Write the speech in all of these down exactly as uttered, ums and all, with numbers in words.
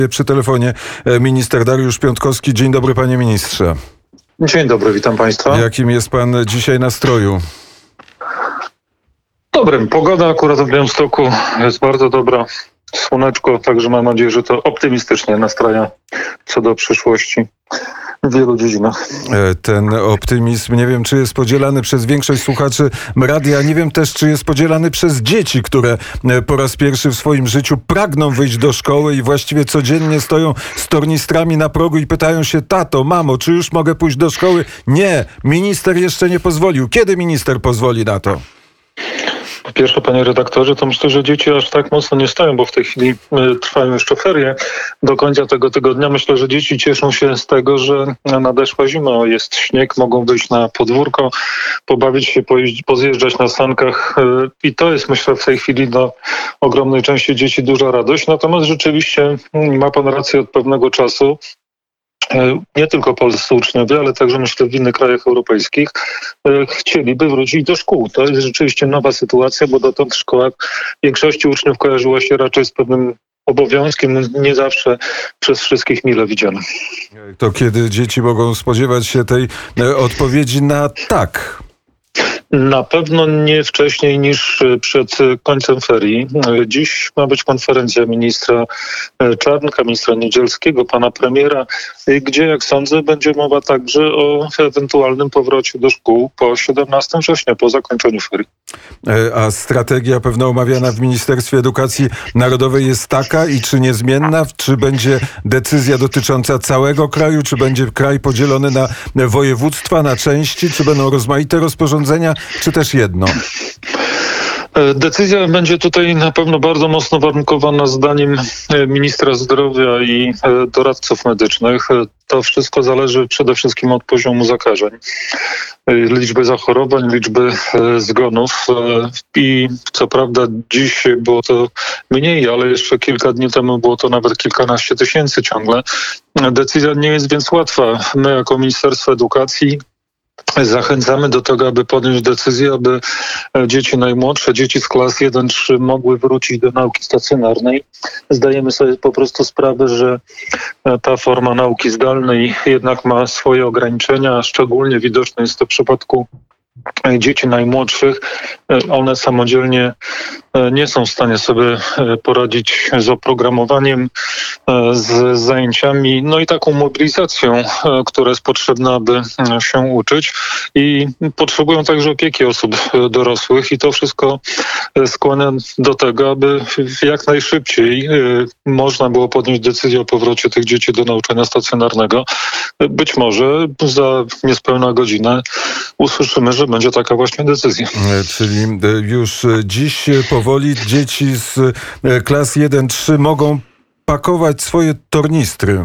Przy telefonie minister Dariusz Piontkowski. Dzień dobry, panie ministrze. Dzień dobry, witam państwa. Jakim jest pan dzisiaj nastroju? Dobrym. Pogoda akurat w Białymstoku jest bardzo dobra. Słoneczko, także mam nadzieję, że to optymistycznie nastraja co do przyszłości w wielu dziedzinach. Ten optymizm, nie wiem, czy jest podzielany przez większość słuchaczy radia, nie wiem też, czy jest podzielany przez dzieci, które po raz pierwszy w swoim życiu pragną wyjść do szkoły i właściwie codziennie stoją z tornistrami na progu i pytają się: tato, mamo, czy już mogę pójść do szkoły? Nie, minister jeszcze nie pozwolił. Kiedy minister pozwoli na to? Po pierwsze, panie redaktorze, to myślę, że dzieci aż tak mocno nie stoją, bo w tej chwili y, trwają jeszcze ferie do końca tego tygodnia. Myślę, że dzieci cieszą się z tego, że nadeszła zima, jest śnieg, mogą wyjść na podwórko, pobawić się, pojeździ, pozjeżdżać na sankach y, i to jest, myślę, w tej chwili dla ogromnej części dzieci duża radość. Natomiast rzeczywiście y, ma pan rację, od pewnego czasu nie tylko polscy uczniowie, ale także myślę w innych krajach europejskich chcieliby wrócić do szkół. To jest rzeczywiście nowa sytuacja, bo dotąd szkoła większości uczniów kojarzyła się raczej z pewnym obowiązkiem, nie zawsze przez wszystkich mile widziane. To kiedy dzieci mogą spodziewać się tej odpowiedzi na tak? Na pewno nie wcześniej niż przed końcem ferii. Dziś ma być konferencja ministra Czarnka, ministra Niedzielskiego, pana premiera, gdzie, jak sądzę, będzie mowa także o ewentualnym powrocie do szkół po siedemnastego września, po zakończeniu ferii. A strategia pewno omawiana w Ministerstwie Edukacji Narodowej jest taka i czy niezmienna? Czy będzie decyzja dotycząca całego kraju? Czy będzie kraj podzielony na województwa, na części? Czy będą rozmaite rozporządzenia? Czy też jedno? Decyzja będzie tutaj na pewno bardzo mocno warunkowana zdaniem ministra zdrowia i doradców medycznych. To wszystko zależy przede wszystkim od poziomu zakażeń, liczby zachorowań, liczby zgonów i co prawda dziś było to mniej, ale jeszcze kilka dni temu było to nawet kilkanaście tysięcy ciągle. Decyzja nie jest więc łatwa. My jako Ministerstwo Edukacji zachęcamy do tego, aby podjąć decyzję, aby dzieci najmłodsze, dzieci z klas jeden trzy mogły wrócić do nauki stacjonarnej. Zdajemy sobie po prostu sprawę, że ta forma nauki zdalnej jednak ma swoje ograniczenia, szczególnie widoczne jest to w przypadku dzieci najmłodszych. One samodzielnie nie są w stanie sobie poradzić z oprogramowaniem, z zajęciami, no i taką mobilizacją, która jest potrzebna, aby się uczyć, i potrzebują także opieki osób dorosłych i to wszystko skłania do tego, aby jak najszybciej można było podjąć decyzję o powrocie tych dzieci do nauczania stacjonarnego. Być może za niespełna godzinę usłyszymy, że będzie taka właśnie decyzja. Czyli już dziś powoli dzieci z klas jeden trzy mogą pakować swoje tornistry.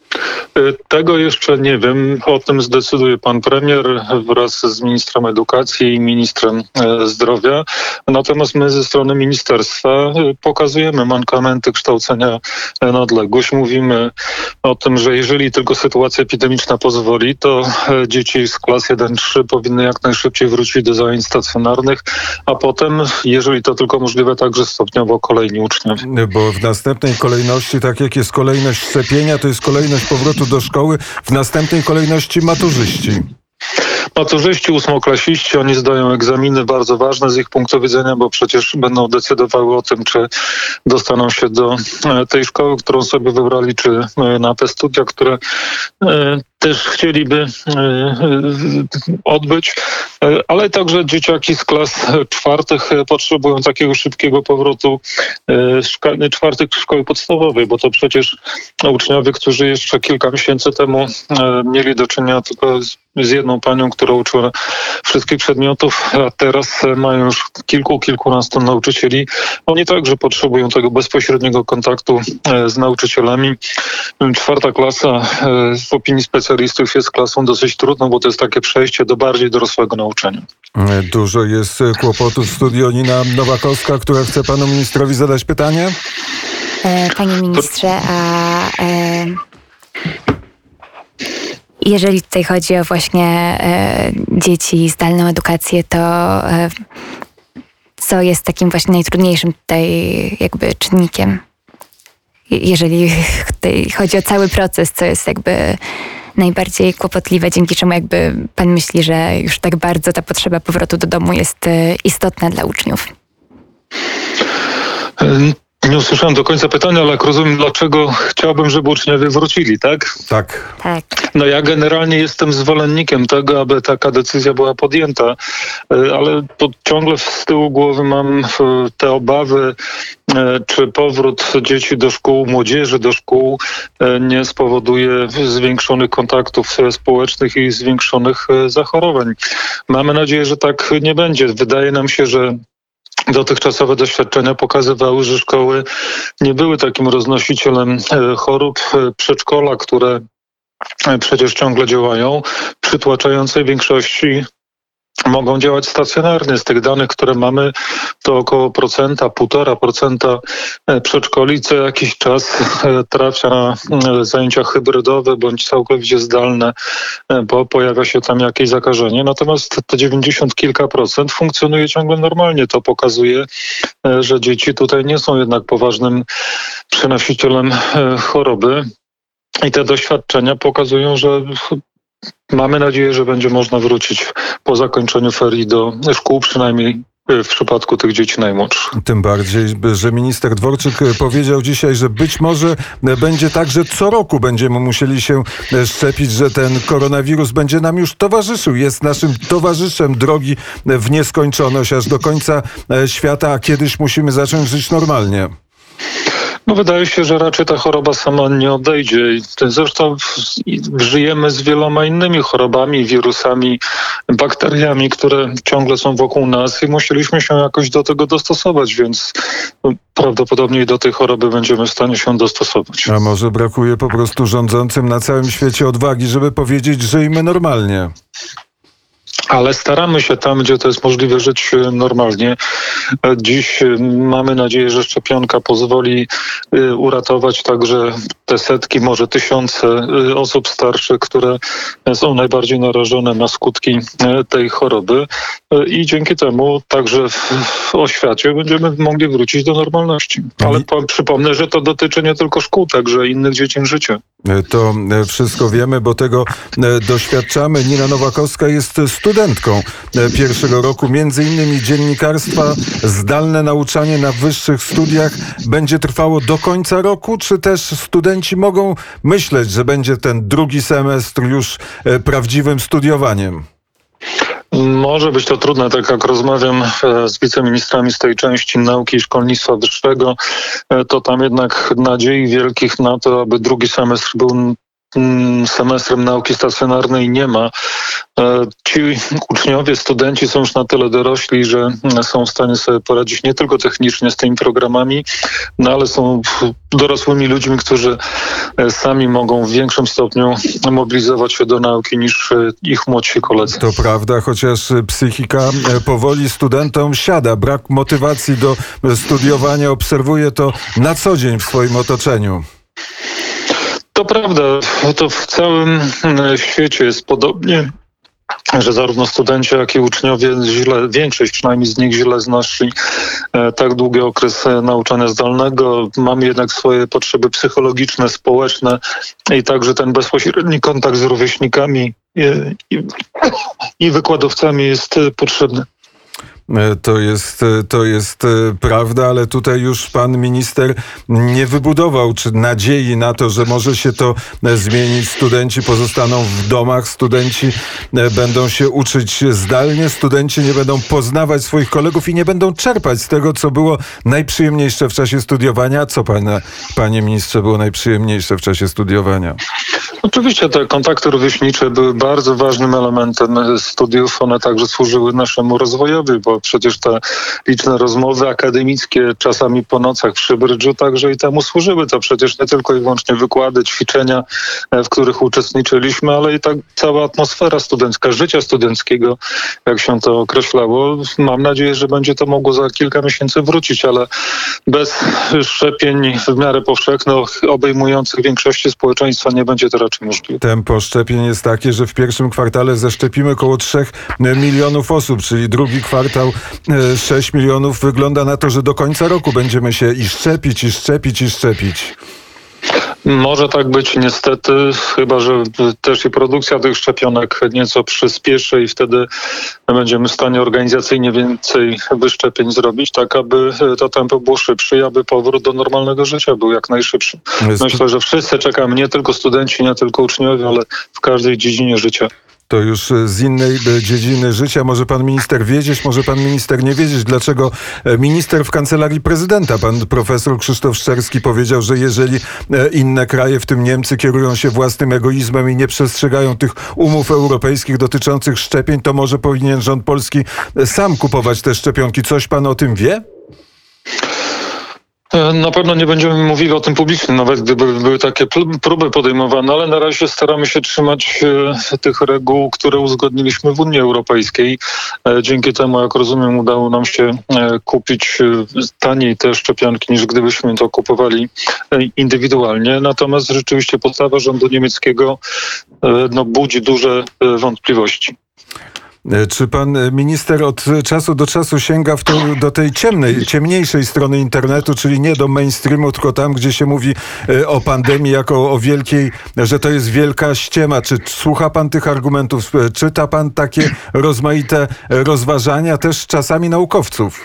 Tego jeszcze nie wiem. O tym zdecyduje pan premier wraz z ministrem edukacji i ministrem zdrowia. Natomiast my ze strony ministerstwa pokazujemy mankamenty kształcenia na odległość. Mówimy o tym, że jeżeli tylko sytuacja epidemiczna pozwoli, to dzieci z klas jeden trzy powinny jak najszybciej wrócić do zajęć stacjonarnych, a potem, jeżeli to tylko możliwe, także stopniowo kolejni uczniowie. Bo w następnej kolejności, tak jak jest kolejność szczepienia, to jest kolejność powrotu do szkoły, w następnej kolejności maturzyści. Maturzyści, ósmoklasiści, oni zdają egzaminy bardzo ważne z ich punktu widzenia, bo przecież będą decydowały o tym, czy dostaną się do tej szkoły, którą sobie wybrali, czy na te studia, które też chcieliby odbyć, ale także dzieciaki z klas czwartych potrzebują takiego szybkiego powrotu czwartych szkoły podstawowej, bo to przecież uczniowie, którzy jeszcze kilka miesięcy temu mieli do czynienia tylko z jedną panią, która uczyła wszystkich przedmiotów, a teraz mają już kilku, kilkunastu nauczycieli. Oni także potrzebują tego bezpośredniego kontaktu z nauczycielami. Czwarta klasa w opinii specjalistów jest klasą dosyć trudną, bo to jest takie przejście do bardziej dorosłego nauczania. Dużo jest kłopotów w studiu. Nina Nowakowska, która chce panu ministrowi zadać pytanie. Panie ministrze, a e, jeżeli tutaj chodzi o właśnie e, dzieci i zdalną edukację, to e, co jest takim właśnie najtrudniejszym tutaj jakby czynnikiem? jeżeli chodzi o cały proces, co jest jakby najbardziej kłopotliwe, dzięki czemu jakby pan myśli, że już tak bardzo ta potrzeba powrotu do domu jest istotna dla uczniów? Nie usłyszałem do końca pytania, ale jak rozumiem, dlaczego chciałbym, żeby uczniowie wrócili, tak? Tak. Tak. No ja generalnie jestem zwolennikiem tego, aby taka decyzja była podjęta, ale ciągle z tyłu głowy mam te obawy, czy powrót dzieci do szkół, młodzieży do szkół nie spowoduje zwiększonych kontaktów społecznych i zwiększonych zachorowań. Mamy nadzieję, że tak nie będzie. Wydaje nam się, że dotychczasowe doświadczenia pokazywały, że szkoły nie były takim roznosicielem chorób. Przedszkola, które przecież ciągle działają, w przytłaczającej większości mogą działać stacjonarnie. Z tych danych, które mamy, to około procenta, półtora procenta przedszkoli co jakiś czas trafia na zajęcia hybrydowe bądź całkowicie zdalne, bo pojawia się tam jakieś zakażenie. Natomiast te dziewięćdziesiąt kilka procent funkcjonuje ciągle normalnie. To pokazuje, że dzieci tutaj nie są jednak poważnym przenosicielem choroby. I te doświadczenia pokazują, że mamy nadzieję, że będzie można wrócić po zakończeniu ferii do szkół, przynajmniej w przypadku tych dzieci najmłodszych. Tym bardziej, że minister Dworczyk powiedział dzisiaj, że być może będzie tak, że co roku będziemy musieli się szczepić, że ten koronawirus będzie nam już towarzyszył. Jest naszym towarzyszem drogi w nieskończoność aż do końca świata, a kiedyś musimy zacząć żyć normalnie. No wydaje się, że raczej ta choroba sama nie odejdzie. Zresztą żyjemy z wieloma innymi chorobami, wirusami, bakteriami, które ciągle są wokół nas i musieliśmy się jakoś do tego dostosować, więc prawdopodobnie do tej choroby będziemy w stanie się dostosować. A może brakuje po prostu rządzącym na całym świecie odwagi, żeby powiedzieć, żyjmy normalnie? Ale staramy się tam, gdzie to jest możliwe, żyć normalnie. Dziś mamy nadzieję, że szczepionka pozwoli uratować także te setki, może tysiące osób starszych, które są najbardziej narażone na skutki tej choroby. I dzięki temu także w oświacie będziemy mogli wrócić do normalności. Ale po, przypomnę, że to dotyczy nie tylko szkół, także innych dziedzin życia. To wszystko wiemy, bo tego doświadczamy. Nina Nowakowska jest studentką pierwszego roku, między innymi dziennikarstwa. Zdalne nauczanie na wyższych studiach będzie trwało do końca roku, czy też studenci mogą myśleć, że będzie ten drugi semestr już prawdziwym studiowaniem? Może być to trudne, tak jak rozmawiam z wiceministrami z tej części nauki i szkolnictwa wyższego, to tam jednak nadziei wielkich na to, aby drugi semestr był semestrem nauki stacjonarnej nie ma. Ci uczniowie, studenci są już na tyle dorośli, że są w stanie sobie poradzić nie tylko technicznie z tymi programami, no ale są dorosłymi ludźmi, którzy sami mogą w większym stopniu mobilizować się do nauki niż ich młodsi koledzy. To prawda, chociaż psychika powoli studentom siada. Brak motywacji do studiowania, obserwuję to na co dzień w swoim otoczeniu. To prawda, to w całym świecie jest podobnie, że zarówno studenci, jak i uczniowie, źle, większość przynajmniej z nich źle znosi tak długi okres nauczania zdalnego. Mamy jednak swoje potrzeby psychologiczne, społeczne i także ten bezpośredni kontakt z rówieśnikami i, i, i wykładowcami jest potrzebny. To jest, to jest prawda, ale tutaj już pan minister nie wybudował czy nadziei na to, że może się to zmienić. Studenci pozostaną w domach, studenci będą się uczyć zdalnie, studenci nie będą poznawać swoich kolegów i nie będą czerpać z tego, co było najprzyjemniejsze w czasie studiowania. Co, pane, panie ministrze, było najprzyjemniejsze w czasie studiowania? Oczywiście te kontakty rówieśnicze były bardzo ważnym elementem studiów. One także służyły naszemu rozwojowi, bo przecież te liczne rozmowy akademickie, czasami po nocach przy brydżu, także i temu służyły. To przecież nie tylko i wyłącznie wykłady, ćwiczenia, w których uczestniczyliśmy, ale i tak cała atmosfera studencka, życia studenckiego, jak się to określało. Mam nadzieję, że będzie to mogło za kilka miesięcy wrócić, ale bez szczepień w miarę powszechnych, obejmujących większości społeczeństwa nie będzie to raczej możliwe. Tempo szczepień jest takie, że w pierwszym kwartale zaszczepimy około trzech milionów osób, czyli drugi kwartał sześć milionów. Wygląda na to, że do końca roku będziemy się i szczepić, i szczepić, i szczepić. Może tak być niestety, chyba że też i produkcja tych szczepionek nieco przyspieszy i wtedy będziemy w stanie organizacyjnie więcej wyszczepień zrobić, tak aby to tempo było szybsze i aby powrót do normalnego życia był jak najszybszy. Jest... Myślę, że wszyscy czekamy, nie tylko studenci, nie tylko uczniowie, ale w każdej dziedzinie życia. To już z innej dziedziny życia. Może pan minister wiedzieć, może pan minister nie wiedzieć, dlaczego minister w kancelarii prezydenta, pan profesor Krzysztof Szczerski, powiedział, że jeżeli inne kraje, w tym Niemcy, kierują się własnym egoizmem i nie przestrzegają tych umów europejskich dotyczących szczepień, to może powinien rząd polski sam kupować te szczepionki. Coś pan o tym wie? Na pewno nie będziemy mówili o tym publicznie, nawet gdyby były takie próby podejmowane, ale na razie staramy się trzymać tych reguł, które uzgodniliśmy w Unii Europejskiej. Dzięki temu, jak rozumiem, udało nam się kupić taniej te szczepionki, niż gdybyśmy to kupowali indywidualnie. Natomiast rzeczywiście postawa rządu niemieckiego no, budzi duże wątpliwości. Czy pan minister od czasu do czasu sięga w to, do tej ciemnej, ciemniejszej strony internetu, czyli nie do mainstreamu, tylko tam, gdzie się mówi o pandemii jako o wielkiej, że to jest wielka ściema? Czy słucha pan tych argumentów? Czyta pan takie rozmaite rozważania też czasami naukowców?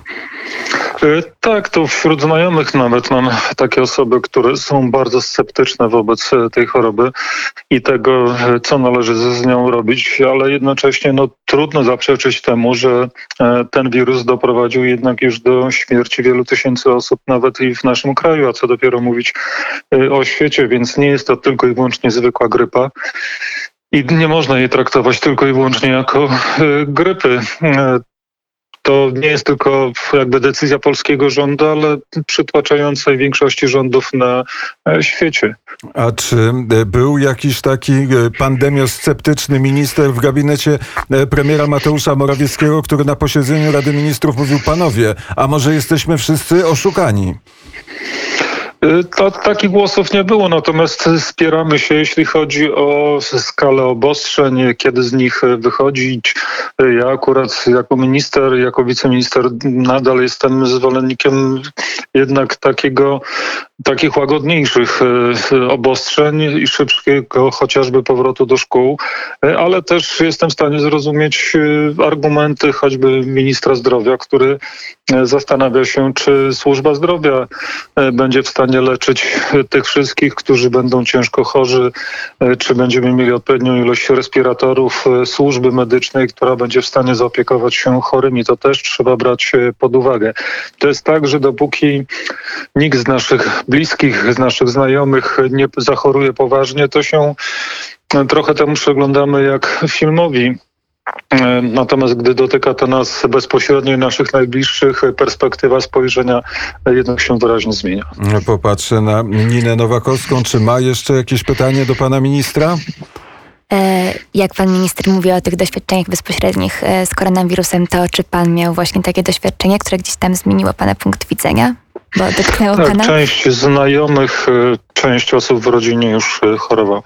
Tak, to wśród znajomych nawet mam takie osoby, które są bardzo sceptyczne wobec tej choroby i tego, co należy z nią robić, ale jednocześnie no, trudno zaprzeczyć temu, że ten wirus doprowadził jednak już do śmierci wielu tysięcy osób, nawet i w naszym kraju, a co dopiero mówić o świecie, więc nie jest to tylko i wyłącznie zwykła grypa. I nie można jej traktować tylko i wyłącznie jako grypy. To nie jest tylko jakby decyzja polskiego rządu, ale przytłaczającej większości rządów na świecie. A czy był jakiś taki pandemiosceptyczny minister w gabinecie premiera Mateusza Morawieckiego, który na posiedzeniu Rady Ministrów mówił: panowie, a może jesteśmy wszyscy oszukani? To, takich głosów nie było, natomiast spieramy się, jeśli chodzi o skalę obostrzeń, kiedy z nich wychodzić. Ja akurat jako minister, jako wiceminister nadal jestem zwolennikiem jednak takiego, takich łagodniejszych obostrzeń i szybkiego chociażby powrotu do szkół, ale też jestem w stanie zrozumieć argumenty choćby ministra zdrowia, który zastanawia się, czy służba zdrowia będzie w stanie leczyć tych wszystkich, którzy będą ciężko chorzy, czy będziemy mieli odpowiednią ilość respiratorów, służby medycznej, która będzie w stanie zaopiekować się chorymi. To też trzeba brać pod uwagę. To jest tak, że dopóki nikt z naszych bliskich, z naszych znajomych nie zachoruje poważnie, to się trochę temu przyglądamy jak filmowi. Natomiast gdy dotyka to nas bezpośrednio i naszych najbliższych, perspektywa spojrzenia jednak się wyraźnie zmienia. Popatrzę na Ninę Nowakowską. Czy ma jeszcze jakieś pytanie do pana ministra? Jak pan minister mówi o tych doświadczeniach bezpośrednich z koronawirusem, to czy pan miał właśnie takie doświadczenie, które gdzieś tam zmieniło pana punkt widzenia? Bo dotknęło tak, pana? Część znajomych, część osób w rodzinie już chorowała.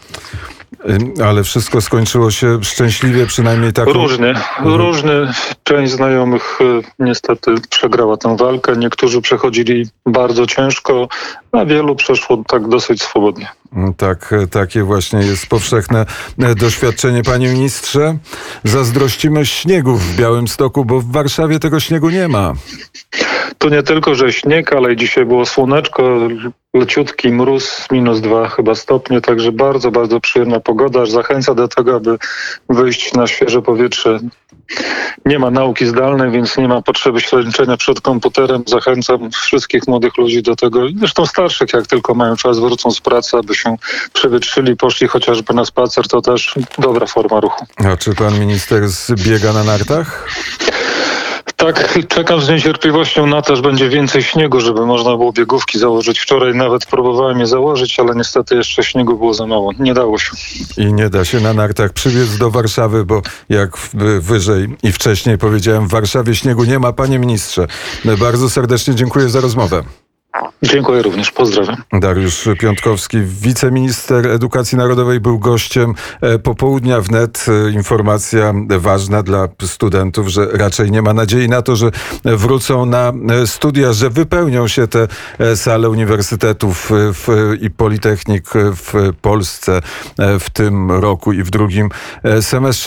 Ale wszystko skończyło się szczęśliwie, przynajmniej tak. Różnie, różnie. Część znajomych niestety przegrała tę walkę. Niektórzy przechodzili bardzo ciężko, a wielu przeszło tak dosyć swobodnie. Tak, takie właśnie jest powszechne doświadczenie. Panie ministrze, zazdrościmy śniegu w Białymstoku, bo w Warszawie tego śniegu nie ma. To nie tylko, że śnieg, ale i dzisiaj było słoneczko, leciutki mróz, minus dwa chyba stopnie, także bardzo, bardzo przyjemna pogoda. Aż zachęca do tego, aby wyjść na świeże powietrze. Nie ma nauki zdalnej, więc nie ma potrzeby śledzenia przed komputerem. Zachęcam wszystkich młodych ludzi do tego, zresztą starszych, jak tylko mają czas, wrócą z pracy, aby się przewietrzyli, poszli chociażby na spacer. To też dobra forma ruchu. A czy pan minister biega na nartach? Tak, czekam z niecierpliwością na to, że będzie więcej śniegu, żeby można było biegówki założyć. Wczoraj nawet próbowałem je założyć, ale niestety jeszcze śniegu było za mało. Nie dało się. I nie da się na nartach przybiec do Warszawy, bo jak wyżej i wcześniej powiedziałem, w Warszawie śniegu nie ma. Panie ministrze, bardzo serdecznie dziękuję za rozmowę. Dziękuję również, pozdrawiam. Dariusz Piontkowski, wiceminister edukacji narodowej, był gościem Popołudnia Wnet. Informacja ważna dla studentów, że raczej nie ma nadziei na to, że wrócą na studia, że wypełnią się te sale uniwersytetów w, i politechnik w Polsce w tym roku i w drugim semestrze.